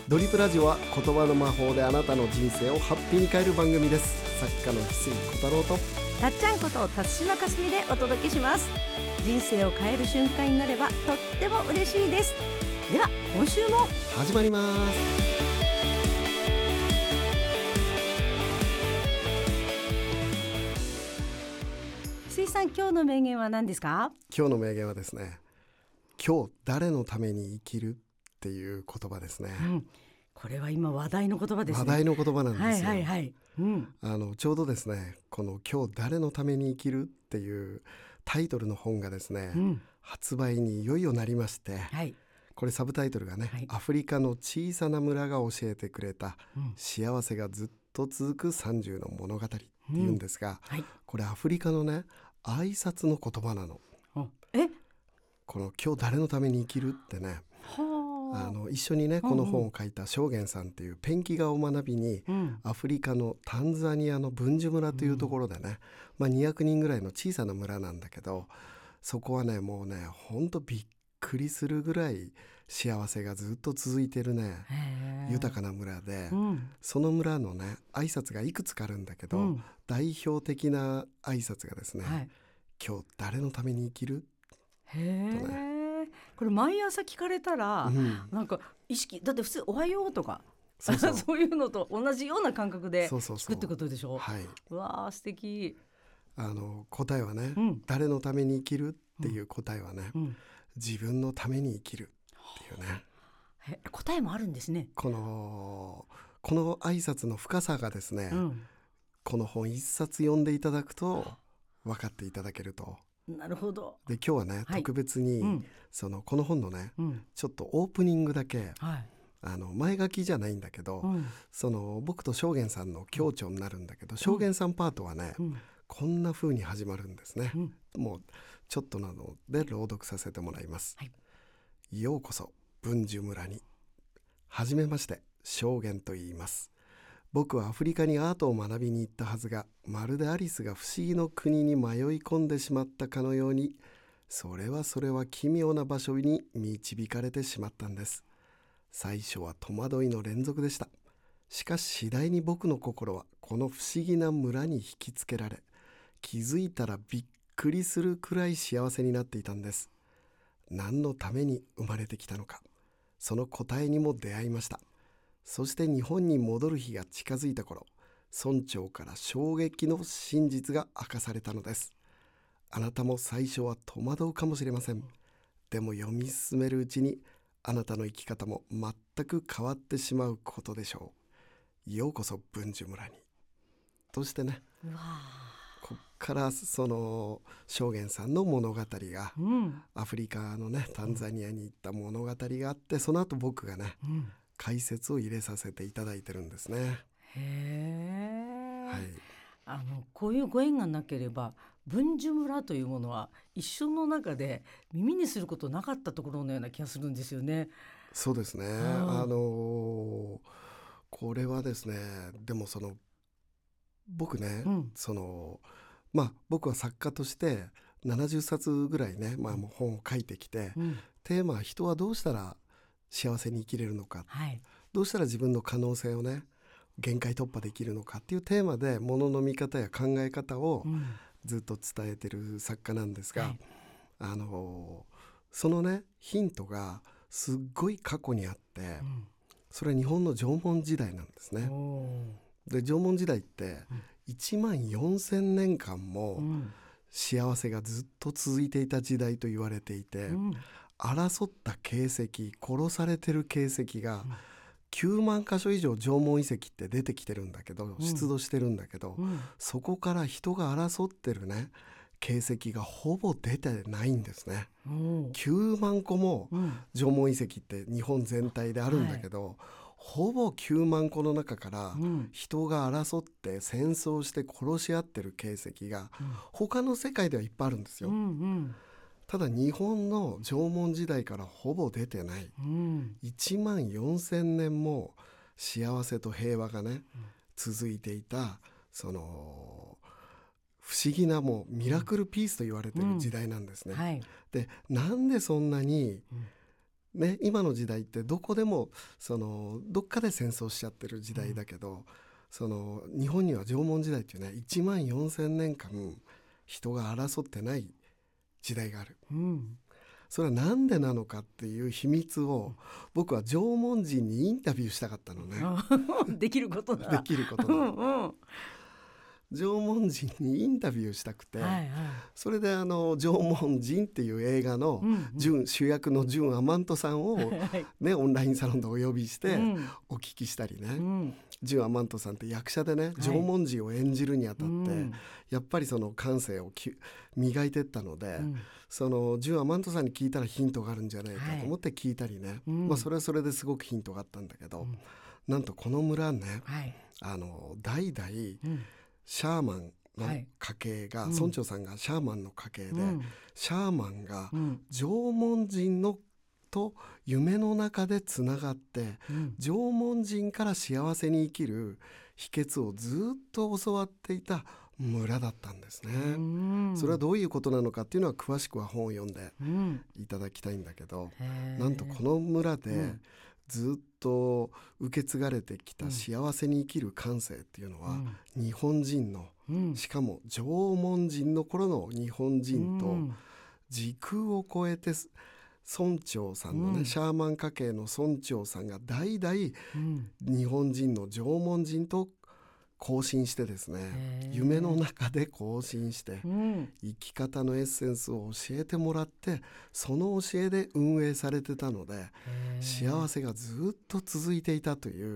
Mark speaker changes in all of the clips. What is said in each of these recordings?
Speaker 1: ドリップラジオは言葉の魔法であなたの人生をハッピーに変える番組です。作家の翡翠小太郎と
Speaker 2: たっちゃんこと辰島かすみでお届けします。人生を変える瞬間になればとっても嬉しいです。では今週も
Speaker 1: 始まります。
Speaker 2: 翡翠さん、今日の名言は何ですか？
Speaker 1: 今日の名言はですね、今日誰のために生きるっていう言葉ですね。
Speaker 2: これは今話題の言葉ですね。
Speaker 1: 話題の言葉なんですよ。ちょうどですね、この今日誰のために生きるっていうタイトルの本がですね、発売にいよいよなりまして、これサブタイトルがね、アフリカの小さな村が教えてくれた幸せがずっと続く30の物語っていうんですが、これアフリカのね、挨拶の言葉なの。この今日誰のために生きるってね、一緒にねこの本を書いた正元さんっていうペンキ画を学びに、アフリカのタンザニアのブンジュ村というところでね、200人ぐらいの小さな村なんだけど、そこはねもうねほんとびっくりするぐらい幸せがずっと続いてるね豊かな村で、その村のね挨拶がいくつかあるんだけど、代表的な挨拶がですね、今日誰のために生きるとね。
Speaker 2: これ毎朝聞かれたら、なんか意識だって普通おはようとかそういうのと同じような感覚で聞くってことでしょ。うわー素敵。
Speaker 1: 答えはね、誰のために生きるっていう答えはね、自分のために生きるっていうね、
Speaker 2: 答えもあるんですね。
Speaker 1: この挨拶の深さがですね、この本一冊読んでいただくと分かっていただけると。
Speaker 2: なるほど。
Speaker 1: で今日はね、特別に、この本のね、ちょっとオープニングだけ、前書きじゃないんだけど、僕と正元さんの共著になるんだけど、正元さんパートはね、こんな風に始まるんですね。もうちょっとなので朗読させてもらいます。ようこそブンジュ村に。はじめまして、正元と言います。僕はアフリカにアートを学びに行ったはずが、まるでアリスが不思議の国に迷い込んでしまったかのように、それは奇妙な場所に導かれてしまったんです。最初は戸惑いの連続でした。しかし次第に僕の心はこの不思議な村に引きつけられ、気づいたらびっくりするくらい幸せになっていたんです。何のために生まれてきたのか、その答えにも出会いました。そして日本に戻る日が近づいた頃、村長から衝撃の真実が明かされたのです。あなたも最初は戸惑うかもしれません。でも読み進めるうちに、あなたの生き方も全く変わってしまうことでしょう。ようこそブンジュ村に。としてね、こっから正元さんの物語が、アフリカのねタンザニアに行った物語があって、その後僕がね、解説を入れさせていただいてるんですね。
Speaker 2: こういうご縁がなければブンジュ村というものは一生の中で耳にすることなかったところのような気がするんですよね。
Speaker 1: そうですね。これはですね、でも僕ね、僕は作家として70冊ぐらいね、もう本を書いてきて、テーマは人はどうしたら幸せに生きれるのか、どうしたら自分の可能性をね限界突破できるのかっていうテーマで、ものの見方や考え方をずっと伝えてる作家なんですが、そのねヒントがすっごい過去にあって、それは日本の縄文時代なんですね。で縄文時代って1万4000年間も幸せがずっと続いていた時代と言われていて、争った形跡、殺されてる形跡が9万箇所以上縄文遺跡って出てきてるんだけど、出土してるんだけど、そこから人が争ってるね形跡がほぼ出てないんですね。9万個も縄文遺跡って日本全体であるんだけど、ほぼ9万個の中から人が争って戦争して殺し合ってる形跡が他の世界ではいっぱいあるんですよ。ただ日本の縄文時代からほぼ出てない、1万4000年も幸せと平和がね、続いていた不思議なもうミラクルピースと言われている時代なんですね。でなんでそんなにね、今の時代ってどこでもどっかで戦争しちゃってる時代だけど、日本には縄文時代っていうね1万4000年間人が争ってない時代がある、それはなんでなのかっていう秘密を僕は縄文人にインタビューしたかったのね
Speaker 2: できることな
Speaker 1: できることな縄文人にインタビューしたくて、それで縄文人っていう映画の主役のジュン・アマントさんを、ね、オンラインサロンでお呼びしてお聞きしたりね、ジュン・アマントさんって役者でね縄文人を演じるにあたって、やっぱりその感性を磨いていったので、ジュン・アマントさんに聞いたらヒントがあるんじゃないかと思って聞いたりね、それはそれですごくヒントがあったんだけど、なんとこの村ね、代々、シャーマンの家系が、村長さんがシャーマンの家系で、シャーマンが縄文人のと夢の中でつながって、縄文人から幸せに生きる秘訣をずっと教わっていた村だったんですね。それはどういうことなのかっていうのは詳しくは本を読んでいただきたいんだけど、なんとこの村でずっと受け継がれてきた幸せに生きる感性っていうのは、日本人の、しかも縄文人の頃の日本人と時空を超えて村長さんのね、シャーマン家系の村長さんが代々日本人の縄文人と交信してですね、夢の中で交信して、生き方のエッセンスを教えてもらって、その教えで運営されてたので幸せがずっと続いていたという、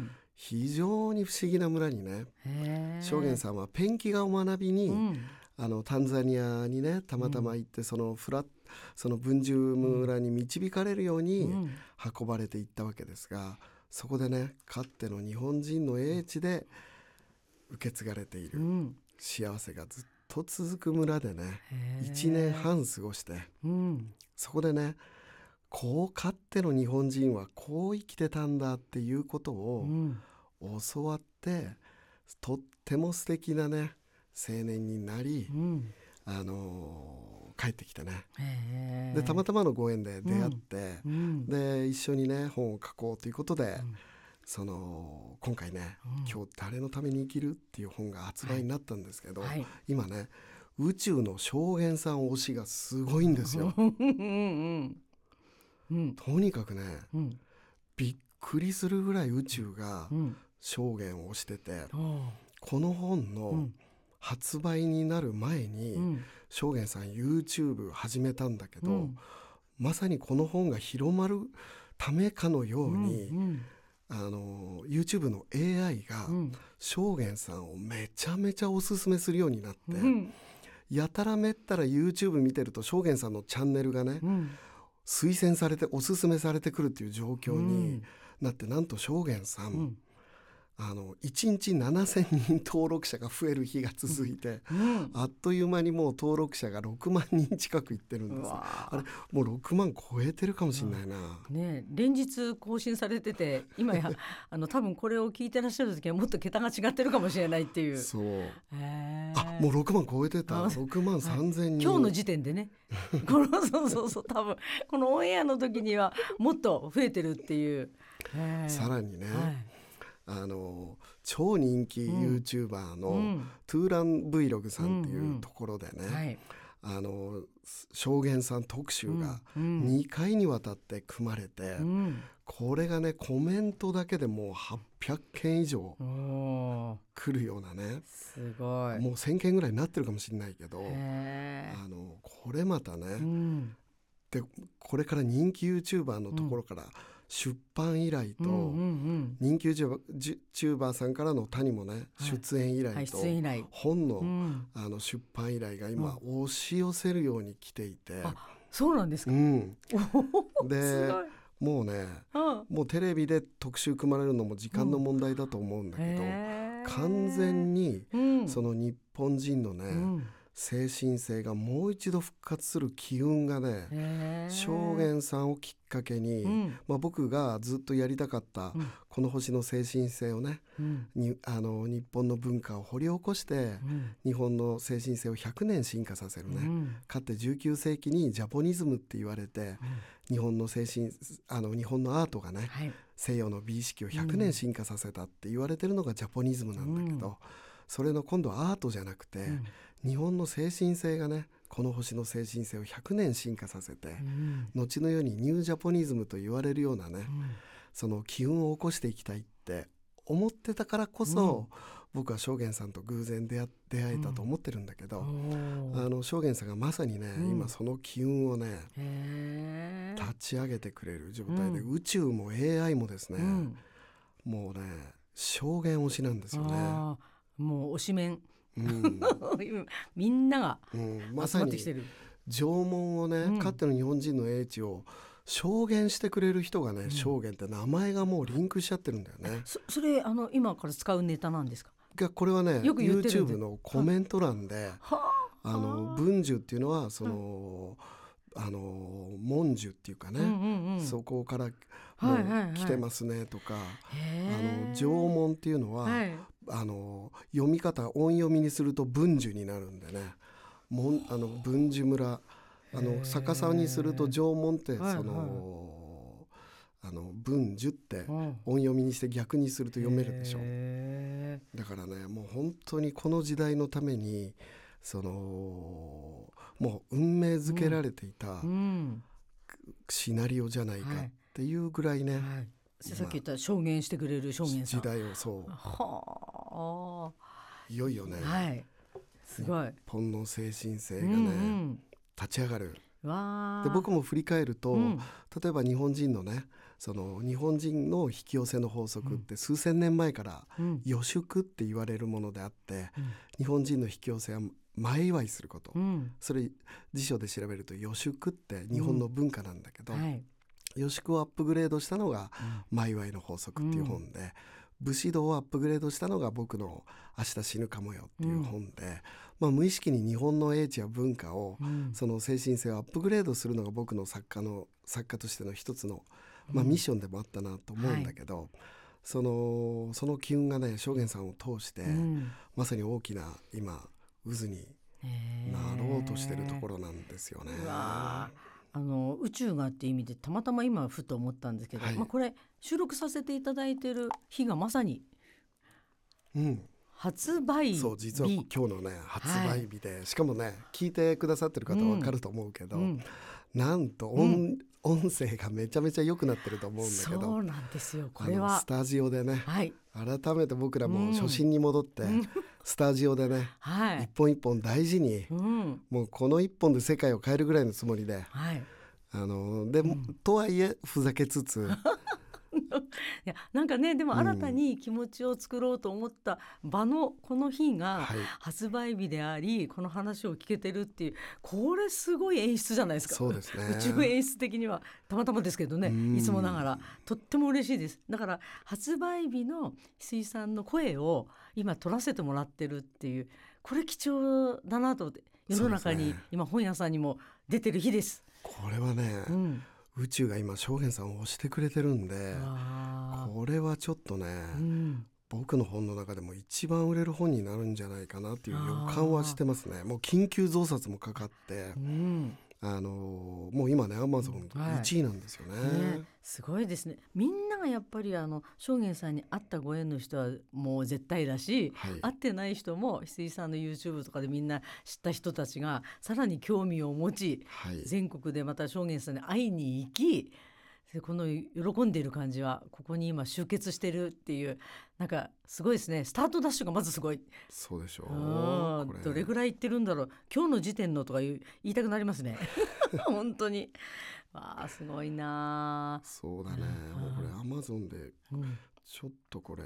Speaker 1: 非常に不思議な村にね、正元さんはペンキ画を学びに、タンザニアにねたまたま行って、その文殊村に導かれるように運ばれていったわけですが、そこでねかつての日本人の英知で受け継がれている幸せがずっと続く村でね、1年半過ごして、そこでねかつての日本人はこう生きてたんだっていうことを教わって、とっても素敵なね青年になり、帰ってきてね、でたまたまのご縁で出会って、で一緒にね本を書こうということで、今回ね、今日誰のために生きるっていう本が発売になったんですけど、今ね宇宙の正元さん推しがすごいんですよとにかくね、びっくりするぐらい宇宙が正元を推してて、この本の発売になる前に正元さん YouTube 始めたんだけど、まさにこの本が広まるためかのように、YouTube の AI が正元さんをめちゃめちゃおすすめするようになって、やたらめったら YouTube 見てると正元さんのチャンネルがね、推薦されておすすめされてくるっていう状況になって、なんと正元さん、1日7000人登録者が増える日が続いて、あっという間にもう登録者が6万人近くいってるんです。あれもう6万超えてるかもしれないな、
Speaker 2: 連日更新されてて、今や多分これを聞いてらっしゃる時はもっと桁が違ってるかもしれないっていう。
Speaker 1: そう、もう6万超えてた。6万3000人、
Speaker 2: 今日の時点でねそう多分このオンエアの時にはもっと増えてるっていう、
Speaker 1: さらにね、超人気 YouTuber のトゥーラン Vlog さんっていうところでね、正元さん特集が2回にわたって組まれて、これがねコメントだけでもう800件以上来るようなね、
Speaker 2: すごい、
Speaker 1: もう1000件ぐらいになってるかもしれないけど、これまたね、でこれから人気 YouTuber のところから出版依頼と、人気 YouTuber さんからの他にもね、出演依頼と本の、出版依頼が今押し寄せるように来ていて、
Speaker 2: そうなんですか、
Speaker 1: でもうね、もうテレビで特集組まれるのも時間の問題だと思うんだけど、完全にその日本人のね、 精神性がもう一度復活する機運がね、正元さんをきっかけに、僕がずっとやりたかったこの星の精神性をね、日本の文化を掘り起こして、日本の精神性を100年進化させるね、かって19世紀にジャポニズムって言われて、日本の日本のアートがね、西洋の美意識を100年進化させたって言われてるのがジャポニズムなんだけど、それの今度はアートじゃなくて、日本の精神性がね、この星の精神性を100年進化させて、後の世にニュージャポニズムと言われるようなね、その機運を起こしていきたいって思ってたからこそ、僕は正元さんと偶然出会えたと思ってるんだけど、正元さんがまさにね、今その機運をね、立ち上げてくれる状態で、宇宙も AI もですね、もうね正元推しなんですよね。
Speaker 2: もう推しメンみんなが集まってきてる、
Speaker 1: 縄文をね、かっての日本人の英知を証言してくれる人がね、証言って名前がもうリンクしちゃってるんだよね。
Speaker 2: それ今から使うネタなんですか？
Speaker 1: これはね YouTube のコメント欄で、文殊っていうのはその、文殊っていうかね、そこから来てますねとか、縄文っていうのは、読み方音読みにすると文殊になるんでね、文殊村、逆さにすると縄文って、文殊って音読みにして逆にすると読めるでしょ。だからね、もう本当にこの時代のためにもう運命づけられていたシナリオじゃないかっていうぐらいね、
Speaker 2: さっき言った証言してくれる正元さん、
Speaker 1: 時代をいよいよね、
Speaker 2: すごい
Speaker 1: 日本の精神性がね、立ち上がる。で僕も振り返ると、例えば日本人のね、その日本人の引き寄せの法則って数千年前から予祝って言われるものであって、日本人の引き寄せは前祝いすること、それ辞書で調べると予祝って日本の文化なんだけど、予祝をアップグレードしたのが前祝いの法則っていう本で、武士道をアップグレードしたのが僕の明日死ぬかもよっていう本で、無意識に日本の英知や文化を、その精神性をアップグレードするのが僕の作家としての一つの、ミッションでもあったなと思うんだけど、その機運がね、正元さんを通して、まさに大きな今渦になろうとしてるところなんですよね。
Speaker 2: 宇宙がっていう意味でたまたま今ふと思ったんですけど、これ収録させていただいてる日がまさに、発売日。
Speaker 1: そう実は今日のね発売日で、しかもね聞いてくださってる方は分かると思うけど、なんと音声がめちゃめちゃ良くなってると思うんだけど、
Speaker 2: そうなんですよ。これは
Speaker 1: スタジオでね、改めて僕らも初心に戻って、スタジオでね、一本一本大事に、もうこの一本で世界を変えるぐらいのつもりで、でも、とはいえふざけつつ
Speaker 2: いやなんかね、でも新たに気持ちを作ろうと思った場のこの日が発売日であり、この話を聞けてるっていう、これすごい演出じゃないですか。
Speaker 1: そうですね、
Speaker 2: 宇宙演出的にはたまたまですけどね、いつもながらとっても嬉しいです。だから発売日の翡翠さんの声を今取らせてもらってるっていう、これ貴重だなと思って、世の中に今本屋さんにも出てる日です。
Speaker 1: これはね、宇宙が今正元さんを推してくれてるんで、これはちょっとね、僕の本の中でも一番売れる本になるんじゃないかなっていう予感はしてますね。もう緊急増刷もかかって、もう今ね Amazon 1位なんですよね。
Speaker 2: すごいですね。みんながやっぱり正元さんに会ったご縁の人はもう絶対だし、会ってない人も翡翠さんの YouTube とかでみんな知った人たちがさらに興味を持ち、全国でまた正元さんに会いに行き、この喜んでいる感じはここに今集結してるっていう、なんかすごいですね。スタートダッシュがまずすごい。
Speaker 1: そうでしょう。
Speaker 2: どれぐらいいってるんだろう、今日の時点のとか言いたくなりますね本当に。すごいな。
Speaker 1: そうだね、もうこれ Amazon でちょっとこれ、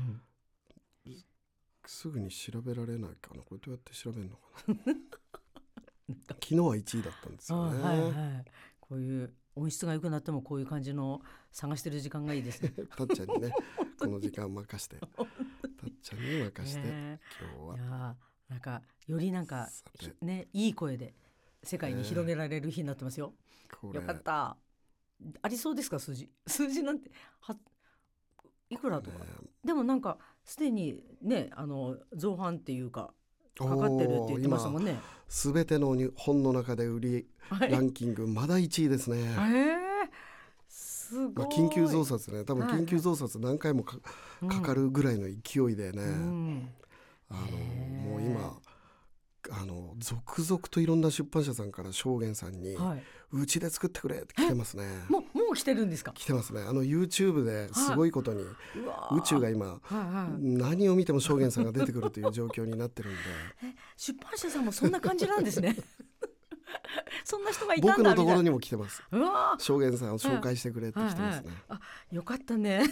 Speaker 1: すぐに調べられないかな。これどうやって調べるのかな昨日は1位だったんですよね。
Speaker 2: こういう音質が良くなってもこういう感じの探してる時間がいいですね
Speaker 1: たっちゃんにねこの時間任してたっちゃんに任して、今日は
Speaker 2: なんかよりなんかね、いい声で世界に広げられる日になってますよ。よかった。ありそうですか、数字なんていくらとか、でもなんかすでにね、造反っていうかかかってるって言ってましたもんね。
Speaker 1: すべての本の中で売りランキングまだ1位ですね。
Speaker 2: すごい。
Speaker 1: 緊急増刷ね、多分緊急増刷何回も かかるぐらいの勢いでね、もう今続々といろんな出版社さんから正元さんに、うちで作ってくれって来てますね。
Speaker 2: もう来てるんですか？
Speaker 1: 来てますね。YouTube ですごいことに、宇宙が今、何を見ても正元さんが出てくるという状況になってるんで
Speaker 2: 出版社さんもそんな感じなんですね。そんな人がいたんだ。
Speaker 1: 僕のところにも来てます。正元さんを紹介してくれって来てますね。
Speaker 2: よかったね。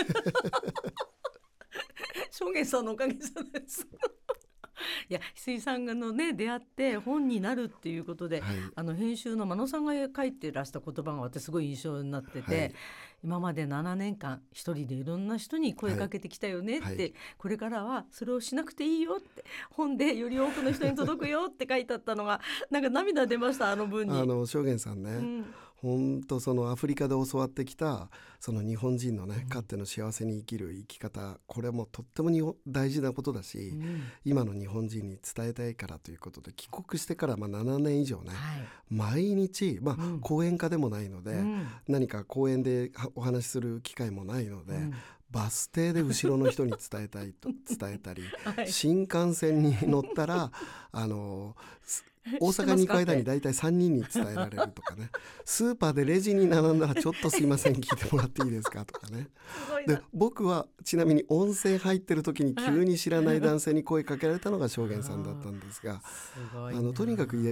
Speaker 2: 正元さんのおかげさまです。いや、翡翠さんのね出会って本になるっていうことで、編集の真野さんが書いてらした言葉が私すごい印象になってて、今まで7年間一人でいろんな人に声かけてきたよねって、これからはそれをしなくていいよって、本でより多くの人に届くよって書いてあったのがなんか涙出ました、あの文に。
Speaker 1: 正元さんね、本当そのアフリカで教わってきたその日本人のね、かっての幸せに生きる生き方、これもとっても大事なことだし、今の日本人に伝えたいからということで帰国してから7年以上ね、毎日、講演家でもないので、何か講演でお話しする機会もないので、バス停で後ろの人に伝えたいと伝えたり、新幹線に乗ったら大阪に行く間にだいたい3人に伝えられるとかね、スーパーでレジに並んだらちょっとすいません聞いてもらっていいですかとかね。で僕はちなみに温泉入ってる時に急に知らない男性に声かけられたのが正元さんだったんですが、とにかく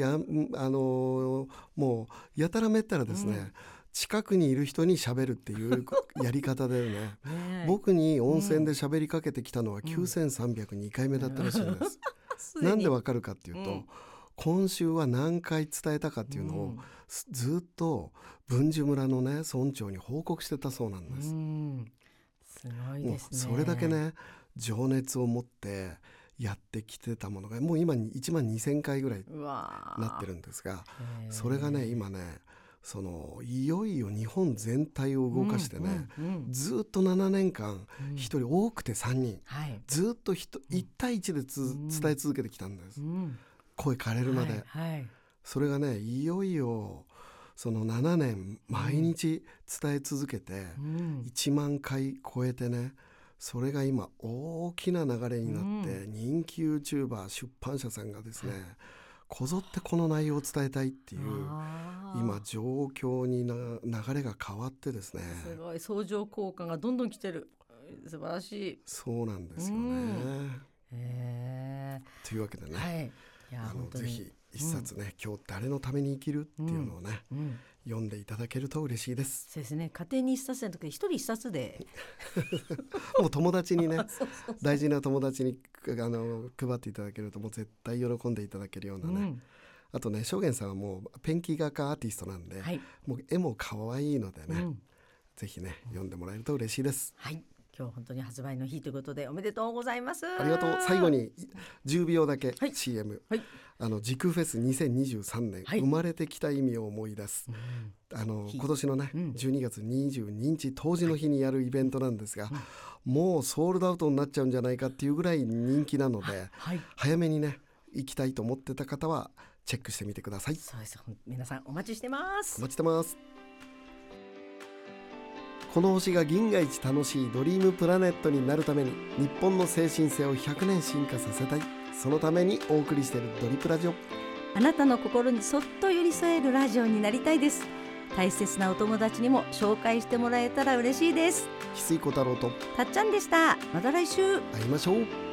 Speaker 1: もうやたらめったらですね、近くにいる人に喋るっていうやり方でね僕に温泉で喋りかけてきたのは9302回目だったらしいんです。なんでわかるかっていうと、今週は何回伝えたかっていうのをずっと文殊村のね村長に報告してたそうなんです。
Speaker 2: すごいですね。
Speaker 1: もうそれだけね情熱を持ってやってきてたものがもう今1万2000回ぐらいなってるんですが、それがね今ねいよいよ日本全体を動かしてね、ずっと7年間1人、多くて3人、ずっと1対1で伝え続けてきたんです、声枯れるまで、それがねいよいよその7年毎日伝え続けて1万回超えてね、それが今大きな流れになって、人気 YouTuber 出版社さんがですね、こぞってこの内容を伝えたいっていう今状況に流れが変わってですね、
Speaker 2: すごい相乗効果がどんどん来てる。素晴らしい。
Speaker 1: そうなんですよね、というわけでね、ぜひ一冊ね、今日誰のために生きるっていうのをね、読んでいただけると嬉しいです。
Speaker 2: そうですね、家庭に一冊じゃなくて一人一冊で
Speaker 1: もう友達にね大事な友達に配っていただけるともう絶対喜んでいただけるようなね、あとね正元さんはもうペンキ画家アーティストなんで、もう絵も可愛いのでね、ぜひね読んでもらえると嬉しいです。
Speaker 2: 今日本当に発売の日ということでおめでとうございます。
Speaker 1: ありがとう。最後に10秒だけ CM、時空フェス2023年、生まれてきた意味を思い出す、今年のね、12月22日冬至の日にやるイベントなんですが、もうソールドアウトになっちゃうんじゃないかっていうぐらい人気なので、早めにね行きたいと思ってた方はチェックしてみてください。
Speaker 2: そうです。皆さんお待ちしてます。
Speaker 1: お待ちしてます。この星が銀河一楽しいドリームプラネットになるために、日本の精神性を100年進化させたい。そのためにお送りしているドリプラジオ。
Speaker 2: あなたの心にそっと寄り添えるラジオになりたいです。大切なお友達にも紹介してもらえたら嬉しいです。
Speaker 1: 翡翠小太郎と
Speaker 2: たっちゃんでした。また来週
Speaker 1: 会いましょう。